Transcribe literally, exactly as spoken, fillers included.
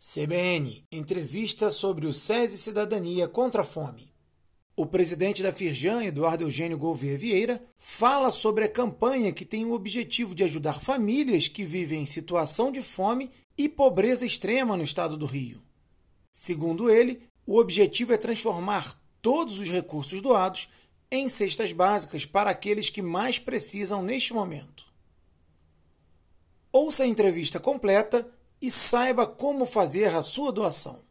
C B N, entrevista sobre o SESI Cidadania contra a Fome. O presidente da Firjan, Eduardo Eugênio Gouveia Vieira, fala sobre a campanha que tem o objetivo de ajudar famílias que vivem em situação de fome e pobreza extrema no estado do Rio. Segundo ele, o objetivo é transformar todos os recursos doados em cestas básicas para aqueles que mais precisam neste momento. Ouça a entrevista completa e saiba como fazer a sua doação.